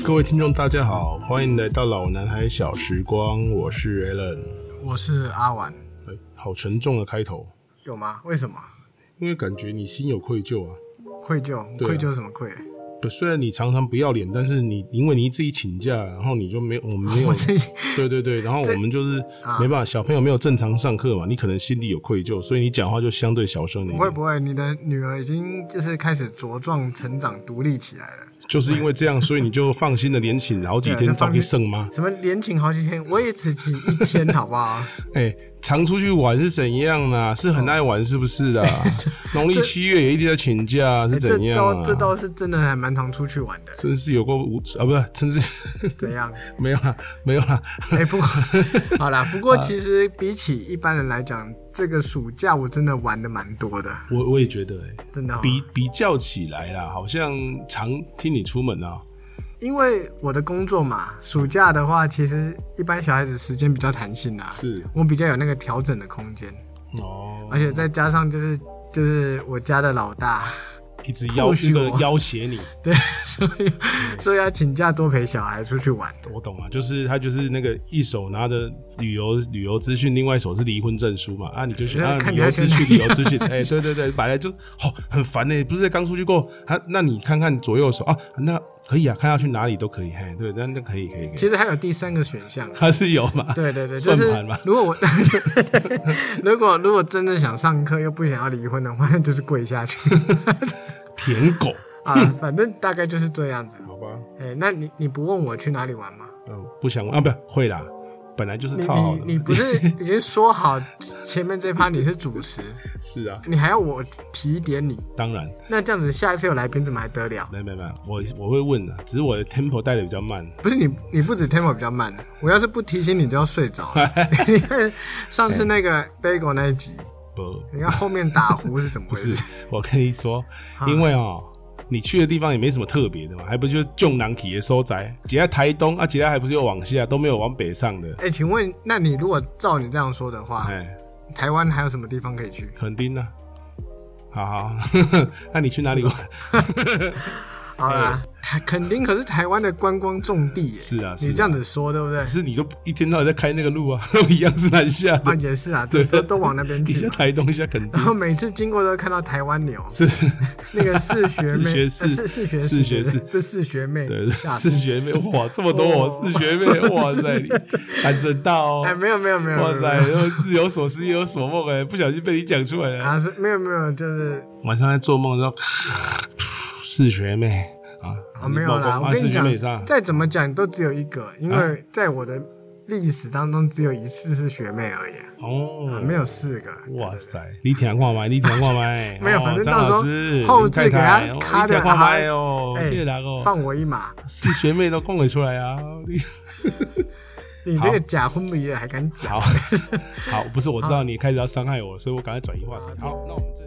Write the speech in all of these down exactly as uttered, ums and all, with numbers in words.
各位听众大家好，欢迎来到老男孩小时光，我是 Alan， 我是阿婉。 欸、好沉重的开头。 有吗？为什么？ 因为感觉你心有愧疚啊。 愧疚？啊、愧疚什么愧？ 虽然你常常不要脸，但是你因为你自己请假，然后你就没有我们没有，对对对，然后我们就是没办法，小朋友没有正常上课嘛，你可能心里有愧疚，所以你讲话就相对小声一点。 不会不会，你的女儿已经就是开始茁壮成长、独立起来了。 就是因为这样，所以你就放心的连请好几天，早去剩吗？ 什么连请好几天？我也只请一天，好不好？ 哎、欸，常出去玩是怎样啊？是很爱玩是不是的？农历七月也一定在请假，是怎样、啊欸、这, 这倒是真的，还蛮常出去玩的。 真是有够无耻啊！不是，真是怎样？ 没有啦，没有啦。 哎、欸，不过好啦，不过其实比起一般人来讲，这个暑假我真的玩的蛮多的。 我我也觉得、欸， 真的、哦、 比比较起来啦，好像常听你出门啊。 因为我的工作嘛，暑假的话，其实一般小孩子时间比较弹性啊， 是我比较有那个调整的空间。 哦， 而且再加上就是就是我家的老大。 一直要那个要挟你， 对，所以、嗯、所以要请假多陪小孩出去玩。 我懂啊，就是他就是那个一手拿着旅游旅游资讯，另外一手是离婚证书嘛，啊，你就选啊旅游资讯旅游资讯，哎、欸，对对对，本来就哦很烦呢、欸，不是刚出去过，啊，那你看看左右手啊，那可以啊，看要去哪里都可以，嘿，对，那那可以可以可以。 其实还有第三个选项， 它是有嘛？ 对对对，就是如果我如果如果真的想上课又不想要离婚的话，那就是跪下去。 舔狗啊，反正大概就是这样子。 好吧， 哎、欸，那你你不问我去哪里玩吗？ 嗯，不想啊，不会啦，本来就是套好的。 你 你, 你不是已经说好前面这趴你是主持？ 是啊， 你还要我提点你？ 当然。 那这样子下一次有来宾怎么还得了？ 没没没，我我会问的，只是我的 tempo 带的比较慢。 不是你，你不止 tempo 比较慢，我要是不提醒你就要睡着了。你看上次那个 Bagel 那一集。 不， 你看后面打呼是怎么回事？ 不是，我跟你说，因为哦，你去的地方也没什么特别的嘛，还不就是中南体的所在，几在台东啊，几在还不是有往下，都没有往北上的。 哎、欸，请问，那你如果照你这样说的话，哎，台湾还有什么地方可以去？ 垦丁啊，好好，那你去哪里玩？ 好啦，欸、垦丁可是台湾的观光重地耶。 是啊，是啊， 你这样子说对不对？ 只是你都一天到晚在开那个路啊，都一样是南下的啊，也是啊，对，都都往那边去。 一下台东，一下垦丁， 然后每次经过都看到台湾牛， 是那个四学妹， 四学士， 四学士， 四学士， 不是四学妹， 对，四学妹，哇，这么多哦，四学妹，哇塞，你喊真大哦！ 哎，没有没有没有， 哇塞，日有所思夜有所梦，哎，不小心被你讲出来了啊！是没有没有，就是晚上在做梦的时候，四学妹。啊， 哦，没有啦，我跟你讲，再怎么讲都只有一个，因为在我的历史当中只有一次是学妹而已。哦、啊，没有四个。 哇塞，你听看麦，你听看麦。 没有，反正到时候后置给他卡的好哦。哎，放我一马。 四学妹都供得出来啊！ 你这个假婚不也还敢讲？ 好，好，不是我知道你开始要伤害我，所以我赶快转移话题。好，那我们这。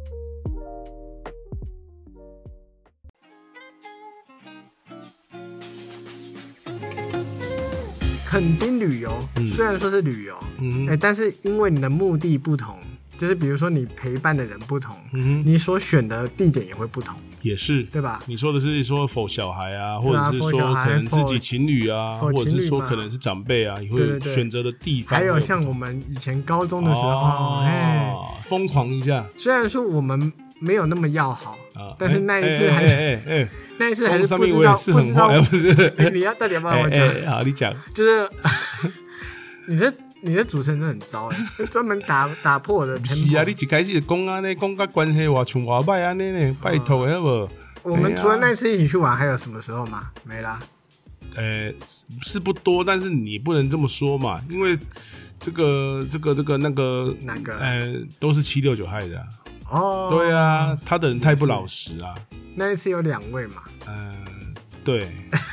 垦丁旅游、嗯、虽然说是旅游、嗯欸，但是因为你的目的不同，就是比如说你陪伴的人不同，嗯、你所选的地点也会不同， 也是对吧？ 你说的是说否小孩啊，或者是说可能自己情侣啊，或者是说可能是长辈啊，你会选择的地方。 还有像我们以前高中的时候，哎， 疯、哦、狂一下。 虽然说我们没有那么要好，啊、但是那一次还是。欸欸欸欸那一次还是不知道， 是很不知道，不是、 欸？你要到底要不要我讲、 欸欸？好，你讲。 就是你的你的主持人真的很糟哎，专门打打破我的 tempo。 是啊，你一開始就講安尼，講甲關係話像話歹安尼呢，拜託的好不好？ 我們除了那次一起去玩，還有什麼時候嗎？沒啦。 呃、欸，是不多，但是你不能這麼說嘛，因為這個這個這個那個哪個？ 呃、欸，都是七六九害的、啊。 哦， 對啊，他的人太不老實啊。 那一次有兩位嘛？ 嗯、呃，對。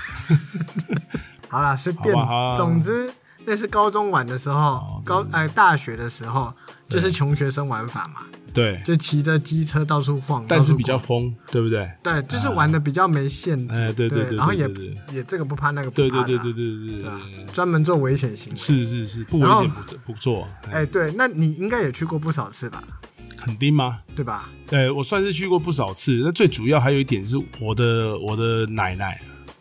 好啦，隨便。總之，那是高中玩的時候，高呃大學的時候，就是窮學生玩法嘛。 對， 就騎着機車到處晃， 但是比較瘋，對不對？ 對，就是玩的比較沒限制。 哎、呃，對對 對, 對, 對, 對, 對, 對， 然後也也這個不怕那個不怕的、啊。 對對對對對對， 專門做危險行為。 是是是，不危險不不做。 哎，對，那你應該也去過不少次吧？ 墾丁嗎？ 對吧？ 對，我算是去過不少次。那最主要還有一點是我的我的奶奶，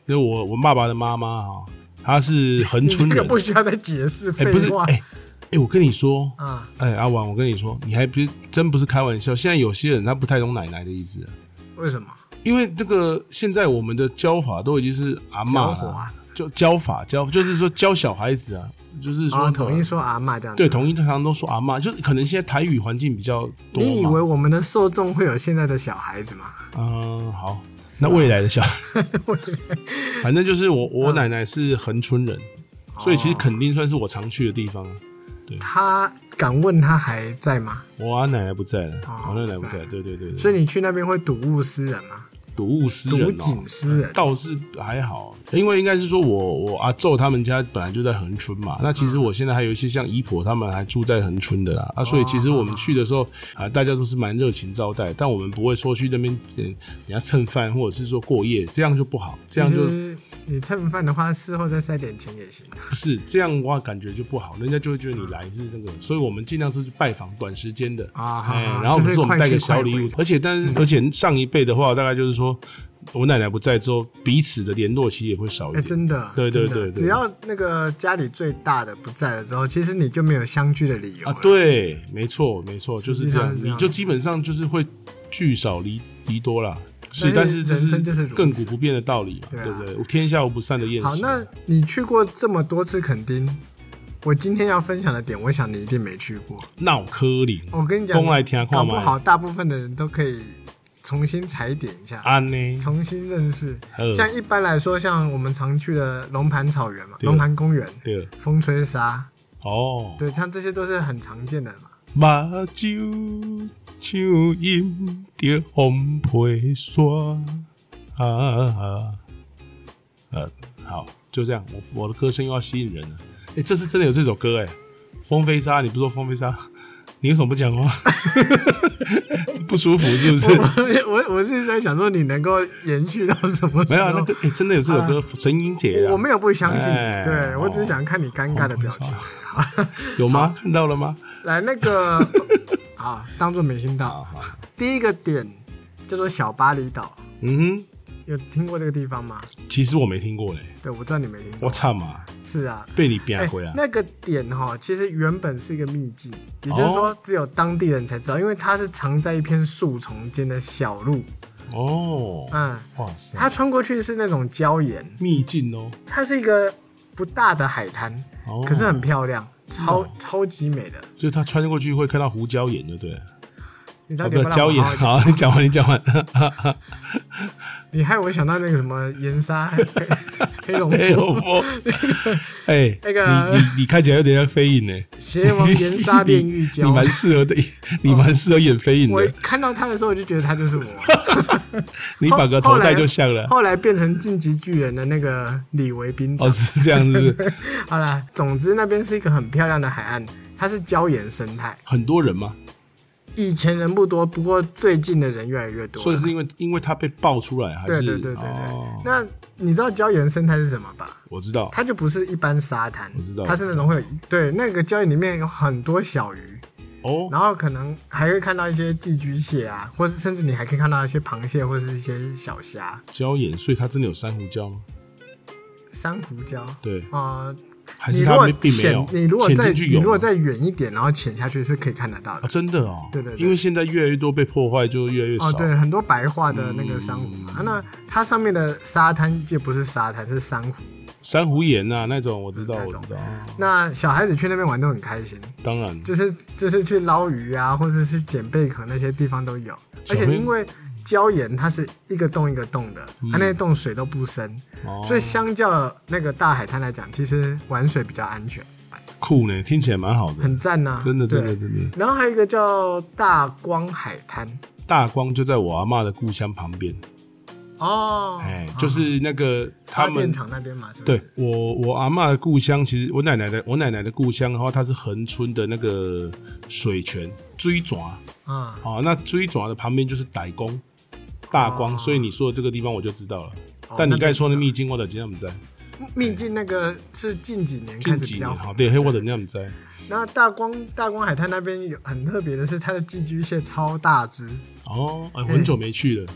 就是我我爸爸的妈妈哈，她是恒春人， 你这个不需要再解释，废话。 哎、欸，不是，哎、欸，哎、欸，我跟你说啊，哎、欸，阿王，我跟你说，你还不是真不是开玩笑。现在有些人他不太懂奶奶的意思， 为什么？ 因为这个现在我们的教法都已经是阿嬷了，就教法教，就是说教小孩子啊。就是说， 统一说阿嬷这样子。 对，统一常常都说阿嬷，就是可能现在台语环境比较多嘛。 你以为我们的受众会有现在的小孩子吗？ 嗯，好，那未来的小孩，反正就是我，我奶奶是恒春人，嗯、所以其实肯定算是我常去的地方。对， 他敢问他还在吗？ 我奶奶不在了，哦、我奶奶不在，对对 对, 對。 所以你去那边会睹物思人吗？ 睹物思人、喔， 睹景思人， 倒是还好，因为应该是说我我阿昼他们家本来就在恒春嘛，那其实我现在还有一些像姨婆他们还住在恒春的啦，啊，所以其实我们去的时候啊，大家都是蛮热情招待，但我们不会说去那边人家蹭饭或者是说过夜，这样就不好，这样就你蹭饭的话，事后再塞点钱也行。 不是这样的话，感觉就不好，人家就会觉得你来是那个，所以我们尽量都是拜访短时间的啊，哎、欸，然后是我们带个小礼物，而且但是、嗯、而且上一辈的话，大概就是说。我奶奶不在之后，彼此的联络其实也会少一点。 哎、欸，真的， 对对 对, 對， 只要那个家里最大的不在了之后，其实你就没有相聚的理由啊。对，没错，没错，就是这样，你就基本上就是会聚少离离多啦。是，但是人生就是亘古不变的道理嘛，对不、啊、对？天下无不散的宴席。 好，那你去过这么多次垦丁，我今天要分享的点，我想你一定没去过。 闹科林， 我跟你讲， 来听搞不好大部分的人都可以。重新踩点一下，重新认识。像一般来说，像我们常去的龙盘草原嘛，龙盘公园，对，风吹沙，哦，对，像这些都是很常见的嘛。 目睭像饮着风吹沙啊，呃，好，就这样，我我的歌声又要吸引人了。哎、欸，这是真的有这首歌哎、欸，风飞沙，你不说风飞沙？你为什么不讲话？不舒服是不是？ 我我我是在想说，你能够延续到什么时候？ 没有、啊，那个、欸、真的有这首歌，陈英杰的。 我没有不相信你，欸、对、哦、我只是想看你尴尬的表情。 有吗？看到了吗？ 来，那个好，当做没听到。第一个点叫做小巴厘岛。嗯哼。有听过这个地方吗？ 其实我没听过嘞。 对，我知道你没听过。 我操嘛！ 是啊， 被你骗回来。 那个点哈，其实原本是一个秘境，也就是说只有当地人才知道，因为它是藏在一片树丛间的小路。哦，嗯，哇塞！它穿过去是那种礁岩秘境哦。 它是一个不大的海滩，哦、可是很漂亮，超、哦、超级美的。 就是它穿过去会看到胡椒盐，就对了。 你到底有没有礁岩？好，你讲完，你讲完。 你害我想到那个什么盐沙黑龙黑龙波，哎，那个你你你看起来有点像飞影呢。 邪王盐沙炼狱礁， 你蛮适合的，你蛮适合演飞影的。 我看到他的时候，我就觉得他就是我。 你把个头戴就像了。 后来变成晋级巨人的那个李维兵长。 哦，是这样子。是不是好啦，总之那边是一个很漂亮的海岸，它是礁岩生态。 很多人吗？ 以前人不多，不过最近的人越来越多。 所以是因为因为它被爆出来，还是？ 对对对对对。哦、那你知道礁岩生态是什么吧？ 我知道， 它就不是一般沙滩， 我知道， 它是那种会有对那个礁岩里面有很多小鱼哦，然后可能还会看到一些寄居蟹啊，或者甚至你还可以看到一些螃蟹或是一些小虾。 礁岩，所以它真的有珊瑚礁吗？ 珊瑚礁， 对啊。呃还是它并没有。 你如果再你如果再远一点，然后潜下去是可以看得到的。 啊、真的哦。 对对对。 因为现在越来越多被破坏，就越来越少。 哦，对，很多白化的那个珊瑚嘛、嗯啊。那它上面的沙滩就不是沙滩，是珊瑚。 珊瑚岩啊，那种我知道，我知道。 那小孩子去那边玩都很开心。 当然。就是就是去捞鱼啊，或者是捡贝壳，那些地方都有。而且因为礁岩它是一个洞一个洞的，它、嗯啊、那些洞水都不深、哦，所以相较那个大海滩来讲，其实玩水比较安全。 酷呢，听起来蛮好的， 很赞呐、啊， 真的真的真的。 然后还有一个叫大光海滩， 大光就在我阿嬷的故乡旁边。哦，哎，就是那个他们发电厂那边嘛，是不是？ 对，我我阿嬷的故乡，其实我奶奶的我奶奶的故乡的话，它是恒春的那个水泉水泉啊，好，那水泉的旁边就是傣公。大光、哦，所以你说的这个地方我就知道了。哦、但你刚才说的秘境，我的真的不知道。 秘境那个是近几年开始比较好， 对，我的真的不知道。 那大光大光海滩那边有很特别的是，它的寄居蟹超大只。 哦，欸、很久没去了。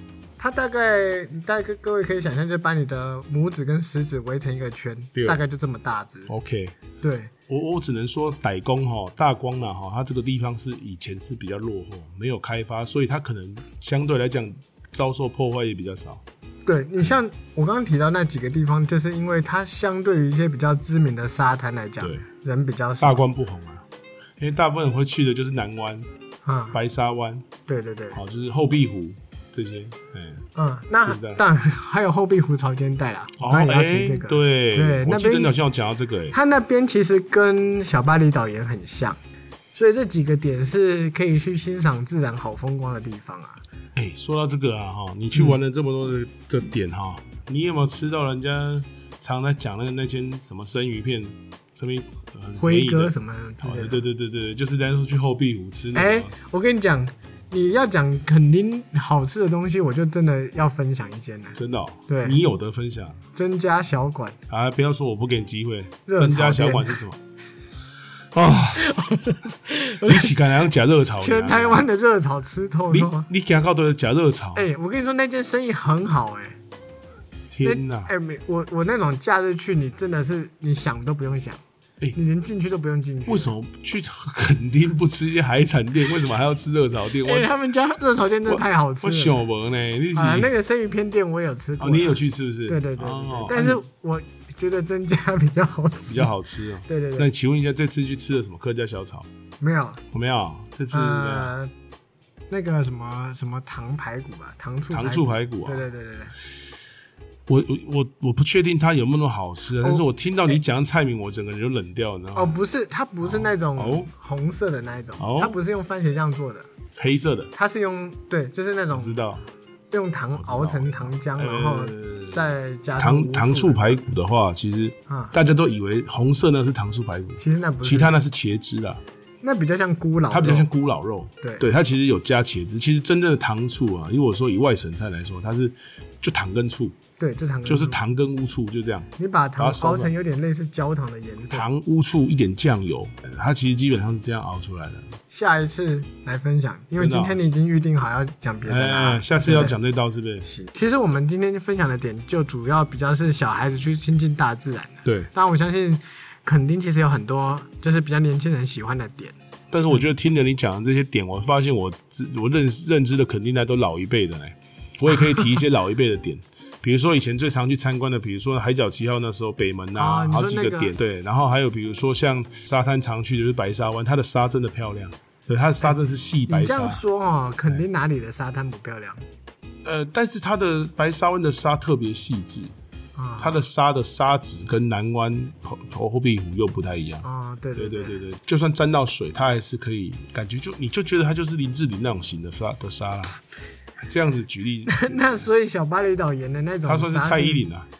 它大概大概各位可以想象，就把你的拇指跟食指围成一个圈，大概就这么大只。 OK， 对， 我我只能说傣宫哈大光啦哈，它这个地方是以前是比较落后，没有开发，所以它可能相对来讲遭受破坏也比较少。 对，你像我刚刚提到那几个地方，就是因为它相对于一些比较知名的沙滩来讲，人比较少， 大关不红啊，因为大部分人会去的就是南湾、嗯、白沙湾， 对对对， 好，就是后壁湖。这些，嗯嗯，那当然还有后壁湖潮间带啦，我刚也要提这个， 哦欸、对对，那边好像有讲到这个、欸， 它那边其实跟小巴厘岛也很像，所以这几个点是可以去欣赏自然好风光的地方啊。 哎、欸，说到这个啊，哈，你去玩了这么多的的点哈、嗯，你有没有吃到人家常在讲那个那间什么生鱼片，什么辉哥什么之类的？ 对对对对，就是人家说去后壁湖吃那个。哎、 欸，我跟你讲。你要讲垦丁好吃的东西，我就真的要分享一间了。 真的、哦？ 对， 你有得分享。 曾家小馆啊，不要说我不给你机会。曾家小馆是什么？啊！你是敢让假热炒？ 全台湾的热炒吃透了。 你你给他搞的假热炒？ 哎、欸，我跟你说，那间生意很好哎、欸。 天哪！ 哎、欸，我我那种假日去，你真的是你想都不用想。欸、你连进去都不用进去。 为什么去垦丁不吃一些海产店？为什么还要吃热炒店？ 哎、欸，他们家热炒店真的太好吃了。 我小门呢， 啊，那个生鱼片店我也有吃过、 哦。你也有去是不是？ 对对对 对, 对、哦，但是我觉得曾家比较好吃， 比较好吃哦。 对对对。 那请问一下，这次去吃了什么客家小炒？ 没有， 我没有。这次呃，那个什么什么糖排骨吧，糖醋糖醋排骨啊。 对对对对对。 我我我我不确定它有没有那么好吃、啊，但是我听到你讲菜名，我整个人就冷掉，你知道吗？ 哦，不是，它不是那种红色的那一种， 哦、 它不是用番茄酱做的， 黑色的， 它是用对，就是那种知道用糖熬成糖浆，然后再加糖糖醋排骨的话，其实大家都以为红色那是糖醋排骨， 其实那不是， 其他那是茄汁啦。 那比较像咕老肉， 它比较像咕老肉， 对， 对，它其实有加茄汁。其实真正的糖醋啊，如果说以外省菜来说，它是就糖跟醋， 对，就糖跟醋， 就是糖跟乌醋，就这样。 你把糖熬成有点类似焦糖的颜色， 糖、乌醋一点酱油，它其实基本上是这样熬出来的。 下一次来分享，因为今天你已经预定好要讲别的啦、 欸，下次要讲这道是不是？ 是。其实我们今天分享的点就主要比较是小孩子去亲近大自然的， 对。 当然我相信垦丁其实有很多就是比较年轻人喜欢的点。 但是我觉得听了你讲的这些点，我发现我我认认知的垦丁都老一辈的嘞，我也可以提一些老一辈的点，比如说以前最常去参观的，比如说海角七号那时候北门啊， 哦、 好几个点，对，然后还有比如说像沙滩常去的就是白沙湾，它的沙真的漂亮，对，它的沙真是细白沙。 你这样说哦，垦丁哪里的沙滩不漂亮？ 呃，但是它的白沙湾的沙特别细致。它的沙的沙质跟南湾头后壁湖又不太一样哦，对对对对对对，就算沾到水，它还是可以感觉就你就觉得它就是林志玲那种型的沙的沙啦。这样子举例， 那所以小巴厘岛盐的那种， 他说是蔡依林啊，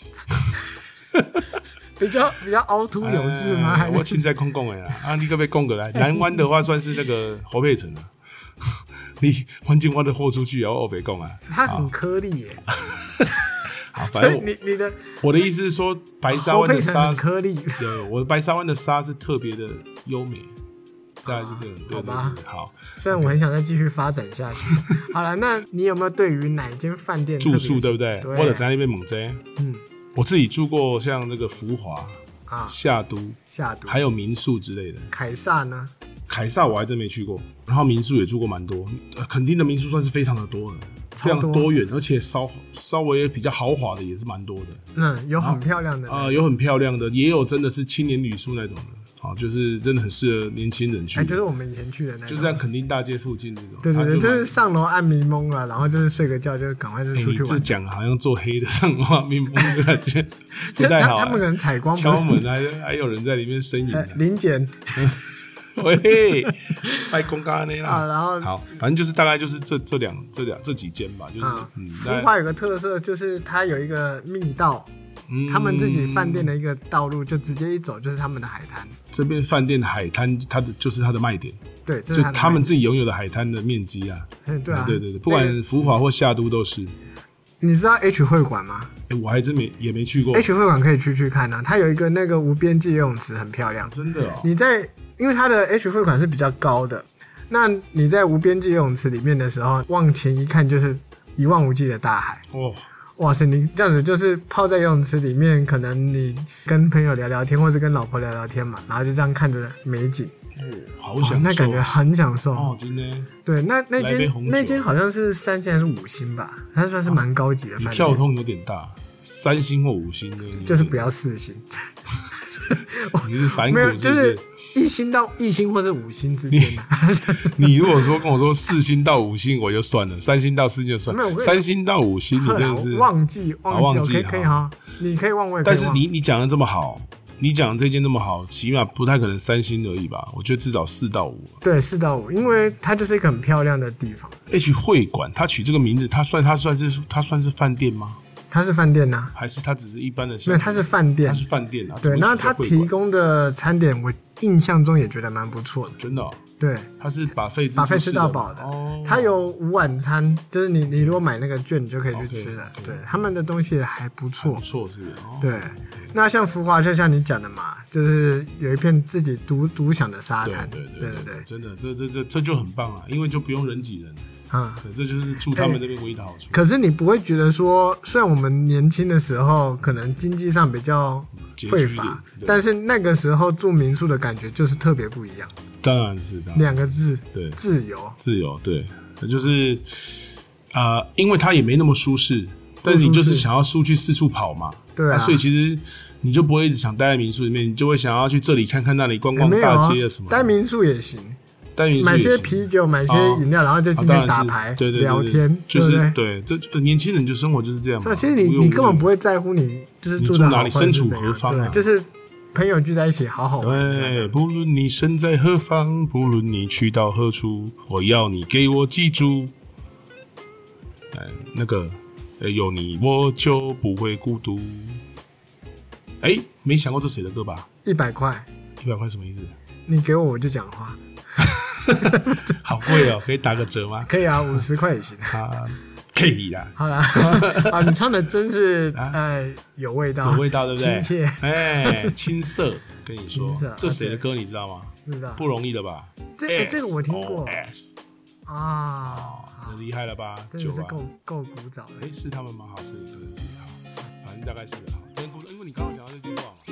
比较比较凹凸有致吗？ 哎、我现在空讲的啦，啊，你可不可以讲过来？南湾的话算是那个侯佩岑啊。你环境挖的豁出去，然后我别讲啊， 它很颗粒耶。 好，反正你你的我的意思是说，白沙湾的沙很颗粒， 对，我的白沙湾的沙是特别的优美，大概是这样，对对对，好吧。好， 虽然我很想再继续发展下去。好了，那你有没有对于哪一间饭店住宿，对不对？ 对， 或者在那边猛摘， 嗯， 我自己住过像那个福华啊、 夏都、 夏都， 还有民宿之类的。 凯撒呢？ 凯撒我还真没去过，然后民宿也住过蛮多，呃，垦丁的民宿算是非常的多的，非常多元，而且稍稍微比较豪华的也是蛮多的。 嗯，有很漂亮的， 呃，有很漂亮的，也有真的是青年旅宿那种的，好，就是真的很适合年轻人去。 哎，就是我们以前去的那种， 就是在垦丁大街附近那种。 对对对，就, 就是上楼按迷蒙了，然后就是睡个觉，就赶快就出去玩。 这讲好像做黑的上楼按迷蒙的感觉不太好、啊。 他们可能采光敲门还还有人在里面呻吟、啊。 临检。 喂，拜公干那啦， 然后好，反正就是大概就是这这两这两这几间吧，就是。 啊、嗯，福华有个特色，就是它有一个密道，嗯、他们自己饭店的一个道路，就直接一走就是他们的海滩。 这边饭店的海滩，它的就是它的卖点。 对， 就他们自己拥有的海滩的面积啊。 嗯，对啊， 对对对，不管福华或夏都都是。 你知道 H 会馆吗？ 欸、我还真没也没去过。 H 会馆可以去去看啊，它有一个那个无边际游泳池，很漂亮。 真的哦。 你在。因为它的 H 会馆是比较高的，那你在无边际游泳池里面的时候，往前一看就是一望无际的大海。哦，哇塞，你这样子就是泡在游泳池里面，可能你跟朋友聊聊天，或是跟老婆聊聊天嘛，然后就这样看着美景。 哦，好享受， 那感觉很享受哦，真的。 对，那那间那间好像是三星还是五星吧？它算是蛮高级的饭店。 你跳通有点大，三星或五星的， 就是不要四星。 你是反骨没有， 是不是？ 就是一星到一星或是五星之间的。 你如果说跟我说四星到五星我就算了，三星到四星就算了，三星到五星你真的是忘记忘记，可以可以哈，你可以忘我也可以忘。 但是你你讲的这么好。你讲这间这么好，起码不太可能三星而已吧？我觉得至少四到五。 对，四到五，因为它就是一个很漂亮的地方。 H 会馆，它取这个名字，它算它算是它算是饭店吗？ 它是饭店呐、啊， 还是它只是一般的？ 没有，它是饭店， 它是饭店啊。 对，那它提供的餐点，我印象中也觉得蛮不错的。 真的、哦？ 对， 它是把费把费吃到饱的。哦，它有午晚餐，就是你你如果买那个券，你就可以去吃了。Okay, 对，他们的东西还不错， 不错是、哦。 对，那像福华，就像你讲的嘛，就是有一片自己独独享的沙滩。 对对对对 对, 对，真的，这这这这就很棒啊，因为就不用人挤人。啊、嗯，这就是住他们这边唯一的好处、欸。 可是你不会觉得说，虽然我们年轻的时候可能经济上比较匮乏，但是那个时候住民宿的感觉就是特别不一样。 当然是， 两个字， 对， 自由， 自由，对，就是啊、呃，因为它也没那么舒适，但是你就是想要出去四处跑嘛， 对啊， 啊所以其实你就不会一直想待在民宿里面，你就会想要去这里看看那里，逛逛大街啊什么的。 待民宿也行。 也买些啤酒，买些饮料、哦，然后就进去打牌、 对对对聊天， 就是对对，这就年轻人就生活就是这样嘛。 所以其实你你根本不会在乎你就是住哪里，身处何方、啊， 对，就是朋友聚在一起好好玩。 对，不论你身在何方，不论你去到何处，我要你给我记住。哎，那个，有你我就不会孤独。哎，没想过这谁的歌吧？ 一百块， 一百块什么意思？ 你给我我就讲话。 好贵哦，可以打个折吗？ 可以啊，五十块也行啊，可以啦。 好啦，啊，你唱的真是哎有味道， 有味道，对不对？ 亲切， 哎，青涩，跟你说，这谁的歌你知道吗？ 不知道， 不容易的吧？ 这、欸、这个我听过 S 啊， 很厉害了吧？ 真的是够够古早的。 哎，是他们吗？好，是是是，好，反正大概是好。真故，因为你刚刚讲到这句话嘛。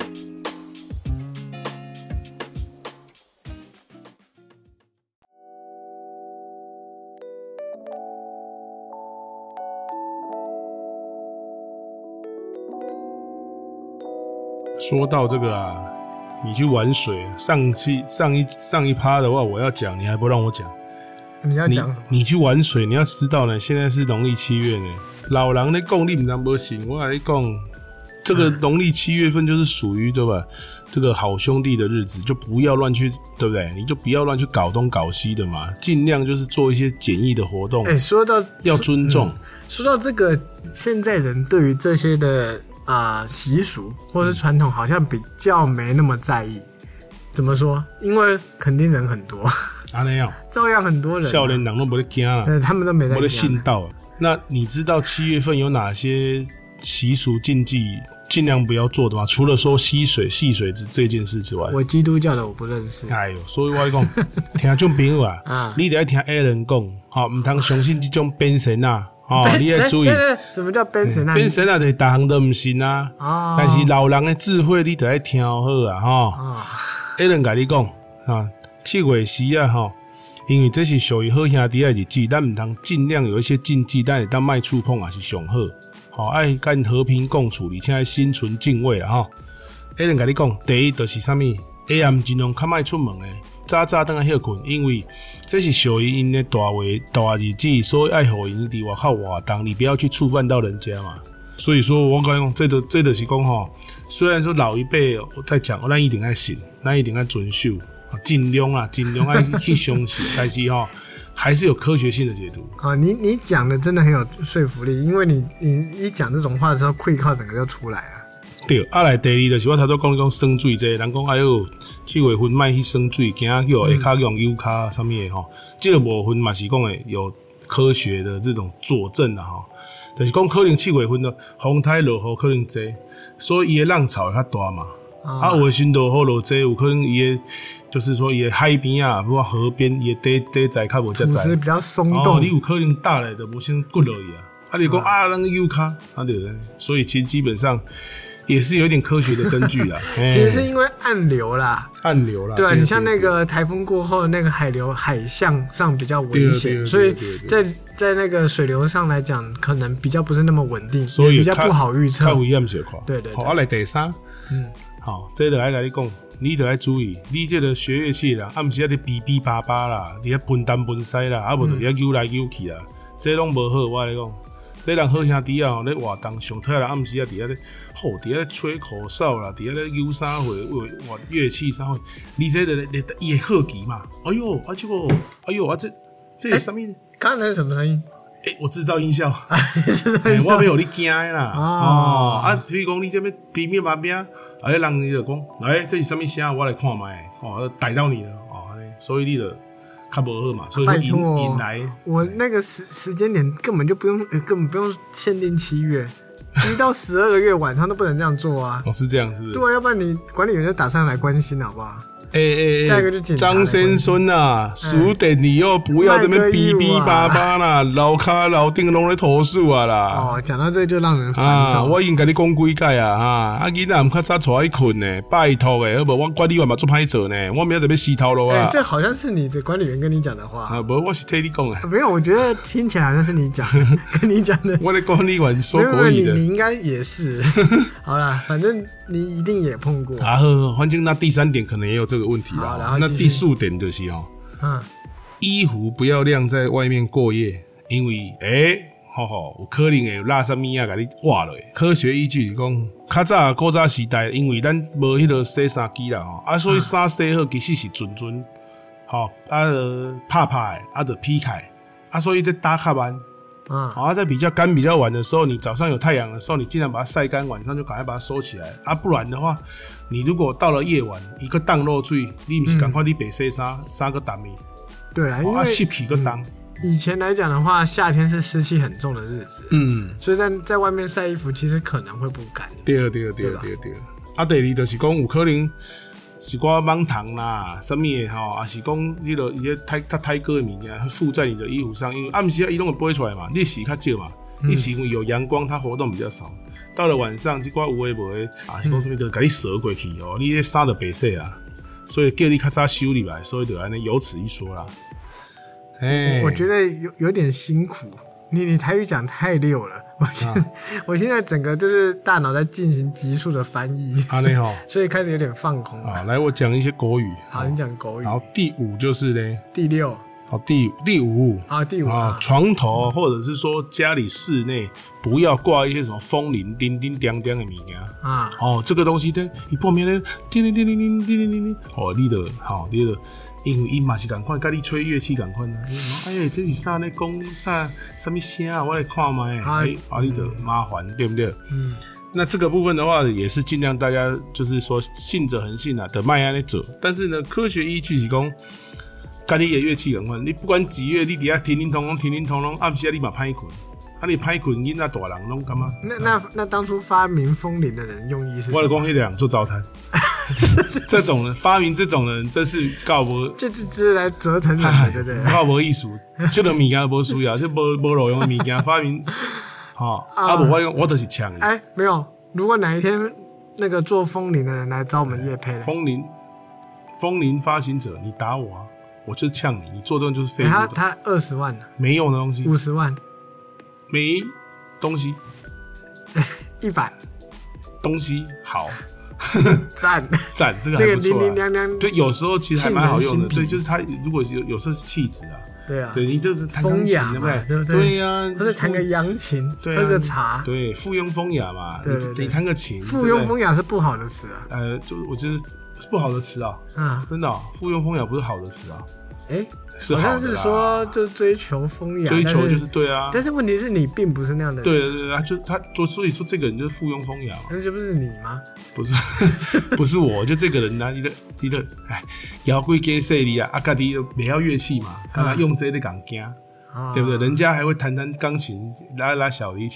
说到这个啊，你去玩水，上期上一上一趴的话，我要讲，你还不让我讲。 你要讲什么？ 你去玩水，你要知道呢，现在是农历七月呢。老人在讲你不能不行，我跟你讲，这个农历七月份就是属于对吧？这个好兄弟的日子，就不要乱去，对不对？你就不要乱去搞东搞西的嘛，尽量就是做一些简易的活动。 哎、欸，说到要尊重、嗯， 说到这个，现在人对于这些的。啊、呃，习俗或是传统好像比较没那么在意。怎么说？因为肯定人很多啊， 那样照样很多人、啊， 少年人都没得惊了， 对，他们都没在， 没得信道。那你知道七月份有哪些习俗禁忌，尽量不要做的吗？除了说吸水、戏水这件事之外， 我基督教的我不认识。 哎呦，所以我讲，听这种朋友啊，啊你得要听 Alan 讲，好，唔通相信这种变神啊。哦，你要注意， 什么叫变神啊？ 变神啊，就是大行都唔信啊。哦，但是老人的智慧，你得要听好啊，哈。哦，有人跟你讲啊，七月时啊，哈，因为这是属于好兄弟的日子，咱唔通尽量有一些禁忌，但是当卖触碰也是上好。好、哦，爱跟和平共处，而且心存敬畏啦，哈。有人跟你讲，第一就是啥物，黑暗尽量较卖出门的。早早等下休困，因为这是属于因的大位大日子，所以爱互因伫外口活动，你不要去触犯到人家嘛。所以说，我讲这都、個、这就是讲吼，虽然说老一辈在讲，咱一定要信，咱一定要遵守，尽量啊，尽量爱去相信，但是吼还是有科学性的解读。 啊，你你讲的真的很有说服力，因为你你一讲这种话的时候，气口整个就出来了。 对，啊来第二就是我头先讲讲生水这，人讲哎呦七月份卖去生水，惊叫下骹用油卡什么的吼，这个部分嘛是讲的有科学的这种佐证啦吼，就是讲可能七月份的风台落雨可能多，所以伊的浪潮会较大嘛。 啊，有的深度好落这有可能伊的，就是说伊的海边啊，不河边伊的地地材较无遮材， 土质比较松动， 哦，你有可能打来就无先骨落去啊。啊，你讲啊，那个 U 卡，啊对不对？所以其实基本上也是有点科学的根据啦。 其实是因为暗流啦， 暗流啦。 对啊，你像那个台风过后，那个海流海象上比较危险，所以在在那个水流上来讲，可能比较不是那么稳定，所以比较不好预测。 较危险些款。 对对对。 好，来第三，嗯，好，这个来跟你讲，你得要注意，你这个学乐器啦，啊，不是在哔哔叭叭啦，你在分东分西啦，啊，无就在扭来扭去啦，这拢无好，我来讲。你人好兄弟啊，咧活动上太啦，暗时啊，伫遐咧，吼，伫遐咧吹口哨啦，伫遐咧扭啥货，哇，乐器啥货，你这个咧伊会好奇嘛？哎呦，啊这个，哎呦啊这这是什么？ 刚才是什么声音？ 哎、欸，我制造音效，欸、我没有你惊的啦。哦，啊，比如讲你这边边边旁边，啊，咧人伊就讲，哎、欸，这是什么声？我来看卖，哦，逮到你了，哦，所以你就。较无好嘛，所以说引引来我那个时时间点根本就不用，根本不用限定七月，一到十二个月晚上都不能这样做啊！ 哦，是这样，是不是？ 对啊，要不然你管理员就打上来关心好不好？ 哎哎， 下一个就警察。 张先生啊，数点你又不要这边哔哔叭叭啦，楼骹楼顶拢在投诉啊啦！ 哦，讲到这就让人烦躁。 啊、我已经跟你讲几届啊，哈！啊，囡仔唔较早带去困呢，拜托诶，好无？我管理员嘛做歹做呢，我明仔就要洗头路啊！ 欸、这好像是你的管理员跟你讲的话啊，不，我是替你讲的。 没有，我觉得听起来好像是你讲的，跟你讲的。 我的管理员说国语的， 你你应该也是。好啦，反正你一定也碰过。 啊，反正那第三点可能也有这个问题啦。然后那第四点就是哦，嗯，衣服不要晾在外面过夜，因为诶，吼吼，有可能会有垃圾物啊，甲你挖落。科学依据是讲，较早古早时代，因为咱无迄个洗衫机啦，吼，啊，所以衫洗好其实是准准，吼，啊，拍拍，啊，就劈开，啊，所以在打较慢。嗯，好、啊，在比较干、比较晚的时候，你早上有太阳的时候，你尽量把它晒干，晚上就赶快把它收起来啊，不然的话，你如果到了夜晚，一个当落水，你不是赶快你白洗衫，衫个当面。 对啦，因为湿气个当。 以前来讲的话，夏天是湿气很重的日子，嗯，所以在在外面晒衣服，其实可能会不干。 对对对对对对。啊，第二就是讲有可能。是我芒糖啦，什么的吼，啊是讲你个一些太较太哥的物件附在你的衣服上，因为暗时啊伊拢会飞出来嘛，你洗较少嘛，嗯、你是因为有阳光，它活动比较少。到了晚上，这寡有诶无诶，啊是讲什么就甲你折过去哦，你迄衫就白洗啊，所以叫你较早修理来，所以就安尼有此一说啦。 哎，我觉得有有点辛苦。你你台语讲太溜了，我现、啊、我现在整个就是大脑在进行急速的翻译，啊哦、所以开始有点放空了。 啊，来我讲一些国语。 好，你讲国语。 然后第五就是呢， 第六。 好，第第五啊，第五啊， 啊床头或者是说家里室内不要挂一些什么风铃、叮叮当当的物件啊。哦，这个东西呢，一破面呢，叮叮叮叮叮叮叮叮叮，哦，你的好，你的。因为伊嘛是同款，甲你吹乐器同款啊！哎呀，这是啥咧？讲啥什么声啊？我来看卖，哎，啊，你就麻烦，对不对？嗯。那这个部分的话，也是尽量大家就是说信者恒信啊，得卖安尼做。但是呢，科学依据是讲，甲你的乐器同款，你不管几月，你底下叮叮咚咚、叮叮咚咚，暗时啊你嘛歹困，啊你歹困，囡仔大人拢干嘛？ 那那那当初发明风铃的人用意是什么？ 我来讲迄两做糟蹋。这种人发明这种人，真是告无， 就是只来折腾人的，对不对？ 告无艺术，这个物件无需要，这无无路用的物件发明，哈啊无我我都是抢。 哎，没有，如果哪一天那个做风铃的人来找我们业配， 风铃风铃发行者，你打我啊，我就呛你，你做这种就是废物。 他他二十万没用的东西， 五十万没东西， 一百东西好。 赞赞，这个还不错、啊。 那个零零亮亮， 对，有时候其实还蛮好用的。对，就是它如果有有时候是气质啊， 对啊， 对你就是弹风雅嘛，对不对？ 对呀、啊， 或者弹个扬琴， 对、 啊，喝个茶， 对，附庸风雅嘛， 对对对， 你弹个琴， 附庸风雅是不好的词啊。 呃，就我觉得不好的词啊，啊，真的、哦，附庸风雅不是好的词啊。 哎、欸，好像是说就追求风雅， 追求就是对啊。 但是问题是你并不是那样的人。 对对对，他就他所以说这个人就是附庸风雅嘛。 那就不是你吗？ 不是，不是我，就这个人啊，你的你的哎，摇滚给谁的啊？阿家己没要乐器嘛，看他用这个港惊，对不对？人家还会弹弹钢琴，拉拉小提琴，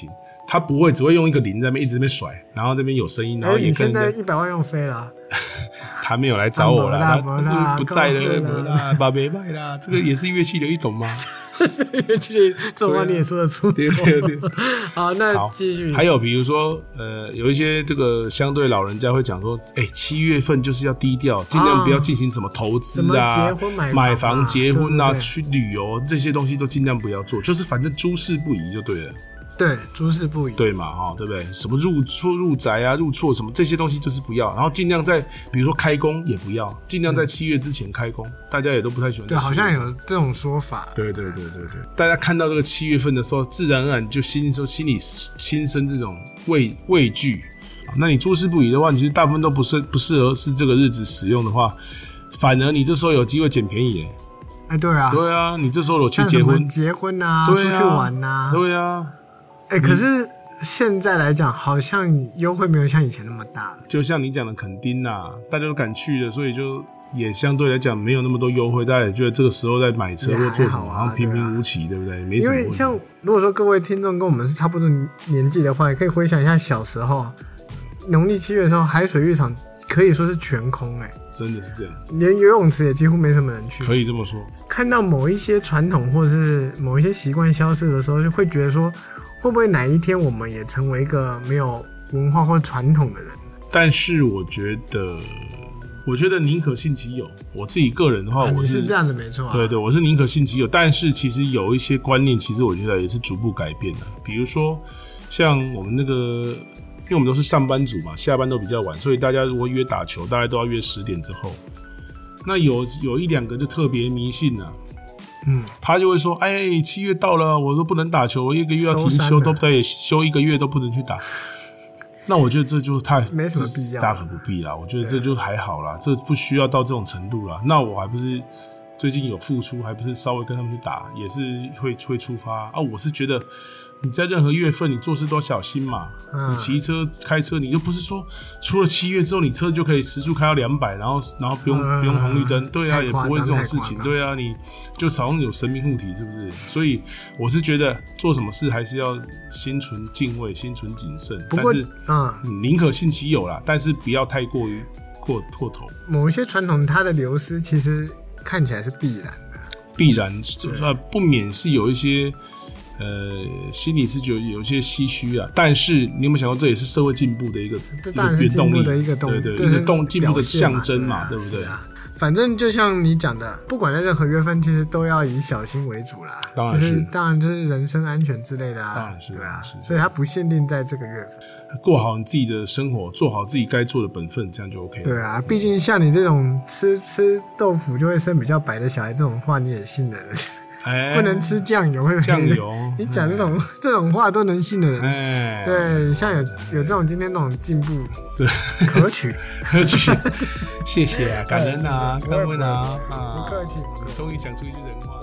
他不会只会用一个零在那边一直在那边甩，然后那边有声音，然后也跟人家、 欸、你现在一百万用飞了、啊。 他没有来找我啦，他他是不是不在了？没啦，把没卖啦，这个也是乐器的一种吗？ 乐器这种话你也说得出？ 对对对。 好，那继续。 还有比如说，呃，有一些这个相对老人家会讲说，哎、欸，七月份就是要低调，尽量不要进行什么投资啊、 结婚买房、啊、 买房、结婚啊、 对对对去旅游这些东西都尽量不要做，就是反正诸事不宜就对了。 对，诸事不宜， 对嘛，哈，对不对？什么入错、入宅啊、入错什么这些东西就是不要，然后尽量在比如说开工也不要，尽量在七月之前开工，嗯、大家也都不太喜欢。 对，好像有这种说法。 对对对对对，大家看到这个七月份的时候，自然而然就心说心里心生这种畏畏惧。那你诸事不宜的话，其实大部分都不是不适合是这个日子使用的话，反而你这时候有机会捡便宜耶。 哎、欸，对啊， 对啊，你这时候有去结婚、 结婚啊， 啊出去玩啊， 对啊。 哎、欸，可是现在来讲，好像优惠没有像以前那么大了。 就像你讲的垦丁啊，大家都敢去了，所以就也相对来讲没有那么多优惠，大家也觉得这个时候在买车或做什么，好像平平无奇，对不对？没什么问题。 因为像如果说各位听众跟我们是差不多年纪的话，也可以回想一下小时候，农历七月的时候，海水浴场可以说是全空、欸，哎， 真的是这样， 连游泳池也几乎没什么人去。 可以这么说。看到某一些传统或是某一些习惯消失的时候，就会觉得说，会不会哪一天我们也成为一个没有文化或传统的人？但是我觉得，我觉得宁可信其有。我自己个人的话， 啊、 我是你是这样子没错、啊。 对对，我是宁可信其有。但是其实有一些观念，其实我觉得也是逐步改变的。比如说，像我们那个，因为我们都是上班族嘛，下班都比较晚，所以大家如果约打球，大概都要约十点之后。那有有一两个就特别迷信啊。嗯，他就会说：“哎，七月到了，我都不能打球，我一个月要停休，都得休一个月都不能去打。”那我觉得这就太没什么必要， 大可不必啦。我觉得这就还好啦，这不需要到这种程度啦。那我还不是最近有付出，还不是稍微跟他们去打，也是会会出发啊。我是觉得你在任何月份，你做事都要小心嘛。嗯、你骑车、开车，你就不是说出了七月之后，你车就可以时速开到两百，然后然后不用、嗯、不用红绿灯，对啊，也不会这种事情，对啊，你就好像有生命护体，是不是？所以我是觉得做什么事还是要心存敬畏，心存谨慎。不过，嗯，宁可信其有啦，但是不要太过于过过头。 某一些传统它的流失，其实看起来是必然的， 必然呃不免是有一些。呃，心里是觉得有些唏嘘啊，但是你有没有想到，这也是社会进步的一个这当然是进步的一个动力， 对对，一个动进步的象征嘛，对不对？ 反正就像你讲的，不管在任何月份，其实都要以小心为主啦。 当然是， 就是当然就是人身安全之类的啊， 当然是， 对啊，所以它不限定在这个月份。 过好你自己的生活，做好自己该做的本分，这样就 OK 了。 对啊，毕竟像你这种吃吃豆腐就会生比较白的小孩，这种话你也信的。欸、不能吃酱油会黑的， 酱油， 你讲这种、欸、这种话都能信的人， 欸、 对，像有有这种今天那种进步， 对， 可取， 可取，谢谢啊，感恩啊，感恩啊， 不客气， 终于讲出一句人话。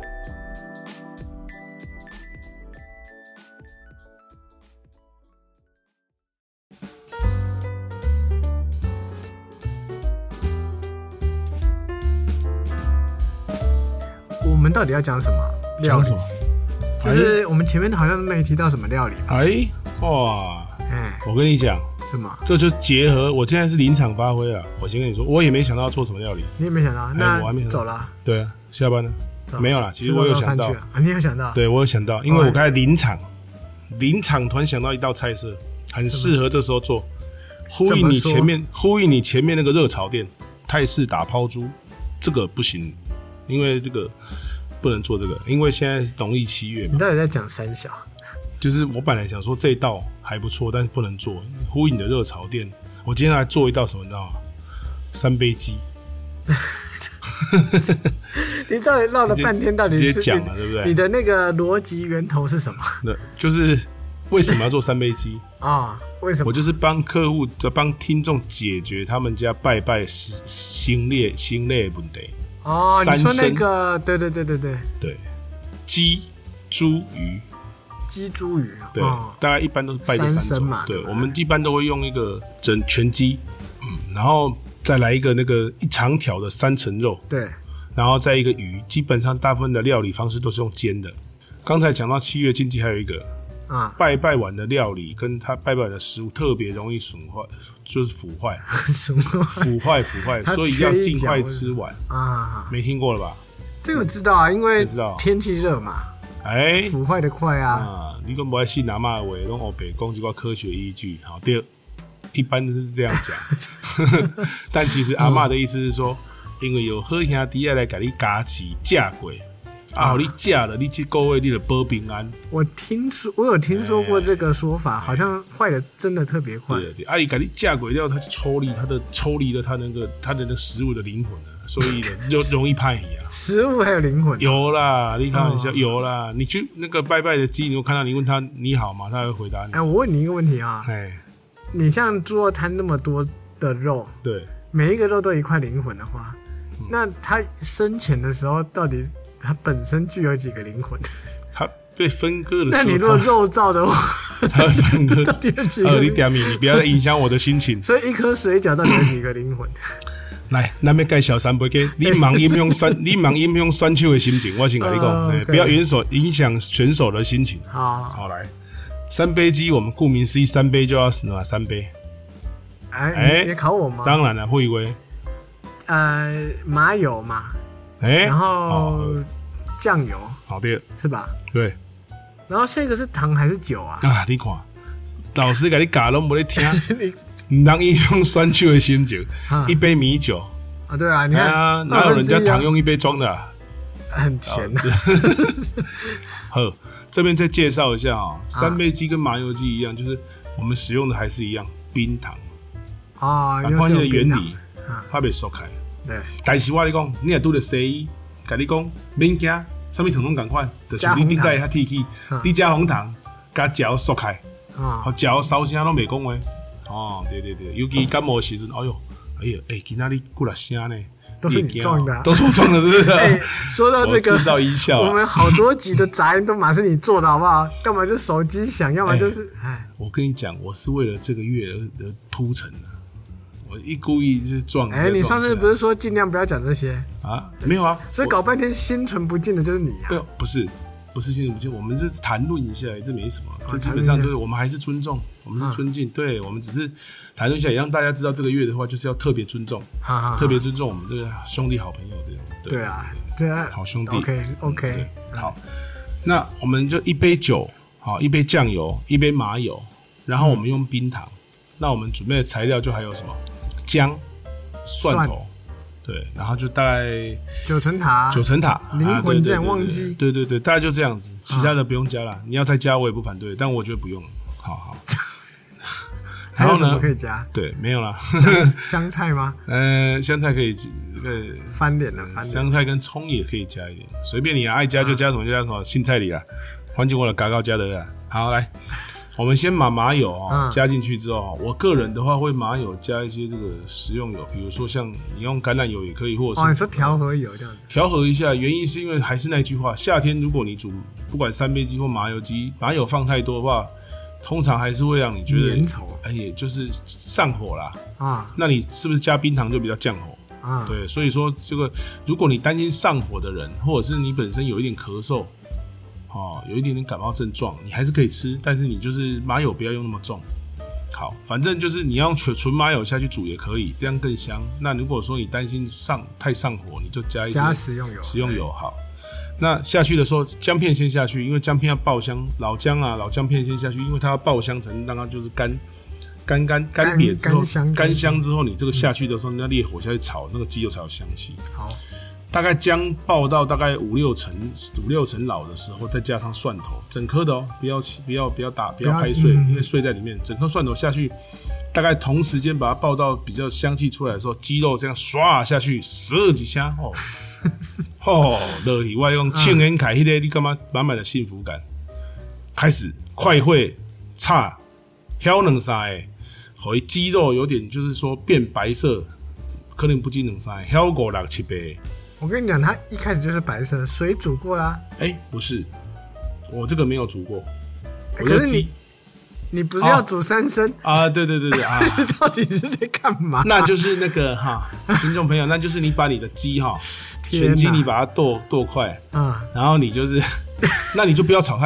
我们到底要讲什么料理？ 什么？ 就是我们前面好像没提到什么料理吧？ 哎，哇，哎，我跟你讲， 什么？ 这就结合我现在是临场发挥啊！我先跟你说，我也没想到要做什么料理。 你也没想到？那我还没想到走了。 对啊，下班了。没有啦，其实我有想到啊，你有想到？ 对，我有想到，因为我刚才临场，临场突然想到一道菜色，很适合这时候做，呼应你前面，呼应你前面那个热炒店泰式打抛猪，这个不行。因为这个不能做这个，因为现在是农历七月嘛。 你到底在讲三小？ 就是我本来想说这一道还不错，但是不能做，呼应你的热炒店。我今天来做一道什么，你知道吗？三杯鸡。 你到底绕了半天，到底是直接讲了，对不对？ 你的那个逻辑源头是什么？ 对，就是为什么要做三杯鸡啊？为什么？ 我就是帮客户、帮听众解决他们家拜拜心列心列问题。 哦，你说那个，对对对对对对，鸡、猪、鱼， 鸡、猪、鱼， 对，哦、大概一般都是拜这三种嘛。对，我们一般都会用一个整全鸡，嗯，然后再来一个那个一长条的三层肉， 对， 然后再一个鱼。基本上大部分的料理方式都是用煎的。刚才讲到七月禁忌，还有一个啊，拜拜完的料理跟他拜拜完的食物特别容易损坏，就是腐坏，腐坏腐坏，所以要尽快吃完啊。没听过了吧？ 这个我知道啊，因为天气热嘛，哎、欸，腐坏的快啊。 啊，你都不爱信阿嬷的话，拢黑白讲一个科学依据，好对，一般都是这样讲。但其实阿嬷的意思是说，因为有好兄弟来给你加持嫁过。啊！你嫁了，你这个月你就保平安。 我听说，我有听说过这个说法，欸、好像坏的真的特别快。 对对，啊，你给你嫁过掉，他就抽离他的抽离了他那个他的那个食物的灵魂了，所以就容易派你啊。 食物还有灵魂？ 有啦，你开玩笑，哦、有啦。你去那个拜拜的鸡，你有看到你问他你好吗？他会回答你。 哎、欸，我问你一个问题啊，哎、欸，你像猪肉摊那么多的肉， 对， 每一个肉都有一块灵魂的话，嗯、那他生前的时候到底？它本身具有几个灵魂？ 它被分割的时候， 那你如果肉燥的话， 它会分割到底有几个灵魂？ 你点名，你不要影响我的心情。 所以一颗水饺到底有几个灵魂？ 来，咱要介绍三杯鸡，你忙影响选，你忙影响选手的心情。我先跟你讲， uh, okay. 不要影响影响选手的心情。 好， 好来，三杯鸡，我们顾名思义，三杯就要哪三杯？ 哎、欸，你考我吗？ 当然了，会威。 呃，麻油嘛。哎、欸，然后酱油， 好的， 是吧？ 对。 然后下一个是糖还是酒啊？ 啊，你看，老师给你教都没在听，唔当影响选手的心情。一杯米酒啊，对啊，你看， 啊、哪有人家糖用一杯装的、啊？ 很甜的、啊。 好，这边再介绍一下啊、喔，三杯鸡跟麻油鸡一样，就是我们使用的还是一样冰糖啊， 反正的原理，它被缩开。 对， 但是我跟你讲，你也拄着西医，跟你讲免惊，什么糖拢同款，就是你顶下较铁起，你加红糖，加嚼缩开，哦，嚼烧声拢袂讲话，哦，对对对，尤其感冒时阵，哎呦，哎呀，哎，今仔日骨力声呢， 都是你撞的、啊， 都是我撞的，是不是？ 哎、欸，说到这个制造音效、啊， 我们好多集的杂音都马是你做的，好不好？要么就手机响，要么就是哎、欸， 我跟你讲，我是为了这个月而而铺陈的。我一故意是撞，哎、 欸，你上次不是说尽量不要讲这些啊？没有啊， 所以搞半天心存不敬的就是你啊！ 不，不是，不是心存不敬，我们是谈论一下，这没什么，这基本上就是我们还是尊重，我们是尊敬，啊、对我们只是谈论一下，也让大家知道这个月的话就是要特别尊重，啊、特别尊重我们这个兄弟好朋友这样。对, 对啊，对啊， 好兄弟。 OK OK，、 嗯、好，那我们就一杯酒，好，一杯酱油，一杯麻油，然后我们用冰糖。嗯、那我们准备的材料就还有什么姜。蒜头，对，然后就大概九层塔， 九层塔灵魂这样忘记， 对对对，大概就这样子，其他的不用加了。啊、你要再加我也不反对，但我觉得不用。好好。 还有什么可以加？ 对，没有啦。 香, 香菜吗？ 呃，香菜可以，呃， 翻脸了，翻脸。 香菜跟葱也可以加一点，随便你啊，爱加就加什么就加什么，青菜里啊，环境我的嘎高加的啊。好，来。我们先把麻油哦、嗯、加进去之后，我个人的话会麻油加一些这个食用油，比如说像你用橄榄油也可以，或者是哦，你说调和油这样子。 调和一下，原因是因为还是那句话，夏天如果你煮不管三杯鸡或麻油鸡，麻油放太多的话，通常还是会让你觉得粘稠， 哎也就是上火啦啊。 那你是不是加冰糖就比较降火啊？对，所以说这个如果你担心上火的人，或者是你本身有一点咳嗽。哦，有一点点感冒症状，你还是可以吃，但是你就是麻油不要用那么重。好，反正就是你要用纯麻油下去煮也可以，这样更香。那如果说你担心上太上火，你就加一些加食用油。 食用油好。那下去的时候，姜片先下去，因为姜片要爆香，老姜啊老姜片先下去，因为它要爆香成让它就是干干干干瘪之后，干香之后，你这个下去的时候，你要烈火下去炒，那个鸡肉才有香气。 好。 大概姜爆到大概五六成五六成老的时候，再加上蒜头，整颗的哦，不要不要不要打，不要拍碎，嗯、因为碎在里面。整颗蒜头下去，大概同时间把它爆到比较香气出来的时候，鸡肉这样刷下去十二几下哦，哦，落去我用庆元凯迄个，你干嘛满满的幸福感？开始快会炒，挑两三个，和鸡肉有点就是说变白色，可能不止两三个，挑五六七八。 我跟你讲，它一开始就是白色，水煮过啦。 哎、欸，不是，我这个没有煮过。 欸、可是你，你不是要煮三升啊, 啊？对对对对啊！ 到底是在干嘛？ 那就是那个哈，听众朋友，那就是你把你的鸡哈，全鸡你把它剁剁块，嗯，然后你就是，那你就不要炒太久，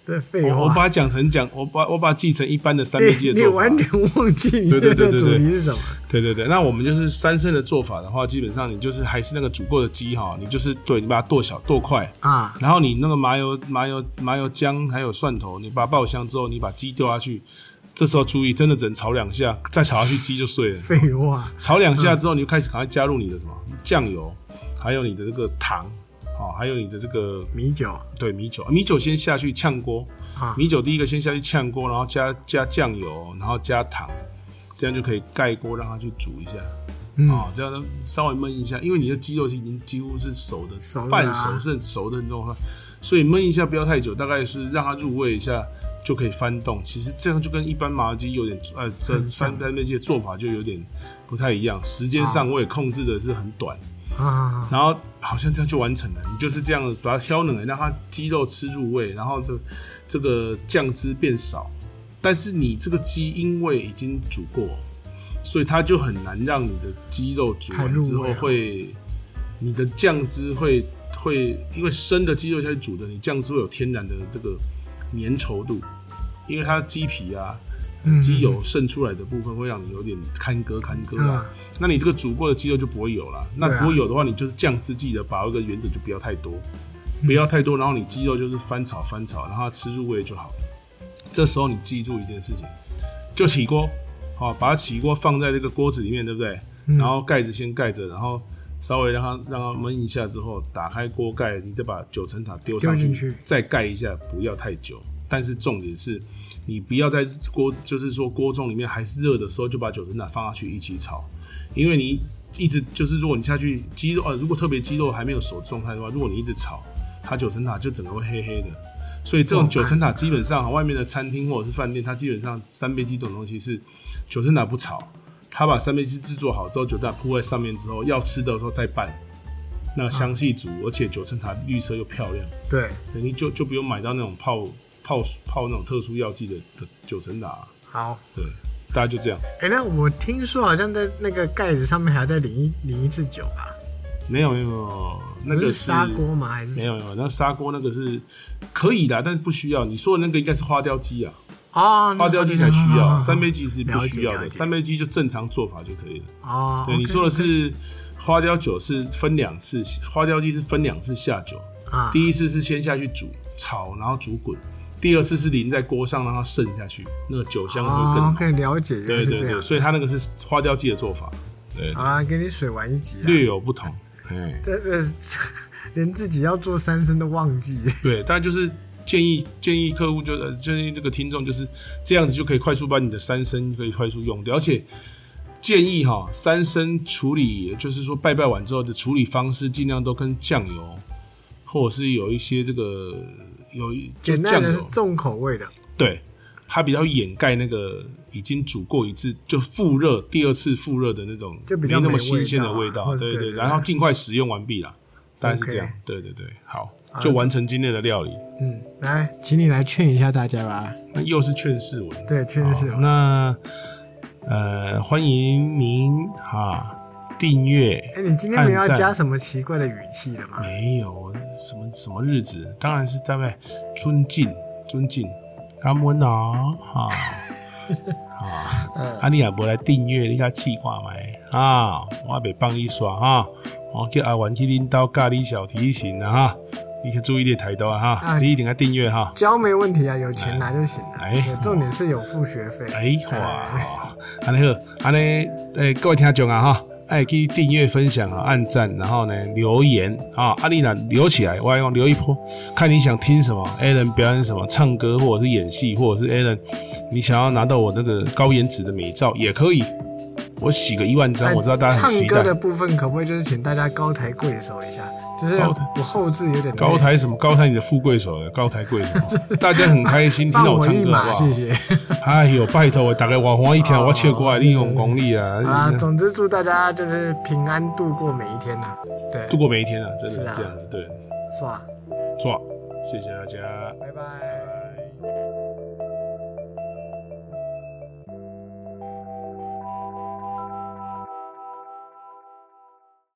对，废话。 我把它讲成讲，我把我把它记成一般的三杯鸡的做法。 你完全忘记你的主题是什么？ 对对对，那我们就是三升的做法的话，基本上你就是还是那个煮过的鸡哈，你就是对你把它剁小剁块啊，然后你那个麻油麻油麻油姜还有蒜头，你把它爆香之后，你把鸡丢下去。这时候注意，真的只能炒两下，再炒下去鸡就碎了。 废话， 炒两下之后，你就开始赶快加入你的什么酱油，还有你的这个糖，哦，还有你的这个米酒。对， 米酒，米酒先下去炝锅，啊、米酒第一个先下去炝锅，然后加加酱油，然后加糖，这样就可以盖锅让它去煮一下。嗯，哦，这样稍微焖一下，因为你的鸡肉是已经几乎是熟的，熟半熟是很熟的那种，所以焖一下不要太久，大概是让它入味一下。就可以翻动，其实这样就跟一般麻鸡有点，呃，这三三杯鸡的做法就有点不太一样。时间上我也控制的是很短，啊，然后好像这样就完成了。你就是这样把它挑冷，让它鸡肉吃入味，然后就这个酱汁变少。但是你这个鸡因为已经煮过，所以它就很难让你的鸡肉煮完之后会，你的酱汁会会因为生的鸡肉下去煮的，你酱汁会有天然的这个粘稠度。因为它鸡皮啊、鸡油渗出来的部分会让你有点干戈干戈啊，嗯、那你这个煮过的鸡肉就不会有了。那不会有的话，你就是酱汁记得把握一个原则，就不要太多，不要太多，然后你鸡肉就是翻炒翻炒，然后它吃入味就好。这时候你记住一件事情，就起锅，好，把它起锅放在这个锅子里面，对不对？嗯、然后盖子先盖着，然后稍微让它让它焖一下之后，打开锅盖，你再把九层塔丢上去，去再盖一下，不要太久。但是重点是，你不要在锅，就是说锅中里面还是热的时候就把九层塔放下去一起炒，因为你一直就是如果你下去鸡肉，呃，如果特别鸡肉还没有熟状态的话，如果你一直炒，它九层塔就整个会黑黑的。所以这种九层塔基本上外面的餐厅或者是饭店，它基本上三杯鸡这种东西是九层塔不炒，它把三杯鸡制作好之后，九层塔铺在上面之后，要吃的时候再拌。那香气足，而且九层塔绿色又漂亮， 对， 你就就不用买到那种泡。泡泡那种特殊药剂的的九层塔， 好， 对，大概就这样。 哎、欸，那我听说好像在那个盖子上面还要再淋一淋一次酒吧？ 没有没有没有，那个是砂锅吗？还是没有没有？那砂锅那个是可以的，但是不需要。你说的那个应该是花雕鸡啊， 哦， 花雕鸡才需要，三杯鸡是不需要的。三杯鸡就正常做法就可以了。哦，对， okay, 你说的是花雕酒是分两次，花雕鸡是分两次下酒啊，第一次是先下去煮炒，然后煮滚。第二次是淋在锅上让它渗下去，那个酒香会更好。 哦，可以了解，原来是这样。对对对， 所以它那个是花雕鸡的做法。对， 好啦，给你水玩一集啦， 略有不同。哎， 对对，连自己要做三升都忘记。 对，但就是建议建议客户就呃建议这个听众就是这样子就可以快速把你的三升可以快速用掉，而且建议哈三升处理，就是说拜拜完之后的处理方式尽量都跟酱油或者是有一些这个。有简单的是重口味的， 对，它比较掩盖那个已经煮过一次就复热，第二次复热的那种， 就比较没那么新鲜的味道， 啊、 对 对, 对, 对，然后尽快使用完毕啦，大概是这样， okay. 对对对，好，就完成今天的料理。 嗯，来，请你来劝一下大家吧。 那又是劝世文， 对，劝世文。 那呃，欢迎您哈。订阅， 哎、欸，你今天没有要加什么奇怪的语气了吗？ 没有，什么什么日子，当然是大概尊敬尊敬，感恩啊，哈，啊，嗯、啊你也无来订阅，你较气话买啊，我袂帮你刷哈，我叫阿元去恁兜教你小提琴啊哈，你可注意点态度啊哈，啊你一定要订阅哈， 交没问题啊，有钱拿就行了，哎，重点是有付学费， 哎哇，安尼好，安尼诶各位听众啊哈。哎，可以订阅、分享啊，按赞，然后呢留言啊，阿丽娜留起来，我还用留一波，看你想听什么 ，Alan 表演什么，唱歌或者是演戏，或者是 Alan 你想要拿到我那个高颜值的美照也可以，我洗个一万张，我知道大家很期待。 唱歌的部分可不可以就是请大家高抬贵手一下？就是我后置有点高抬什么？高抬你的富贵手了，高抬贵手，大家很开心听到我唱歌好不好？ 谢谢。 哎呦，拜托，大家我欢一天，我切过来利用功力啊！ 啊，总之祝大家就是平安度过每一天呐、啊。对， 度过每一天啊，真的是这样子，对。 刷， 刷，谢谢大家， 拜拜。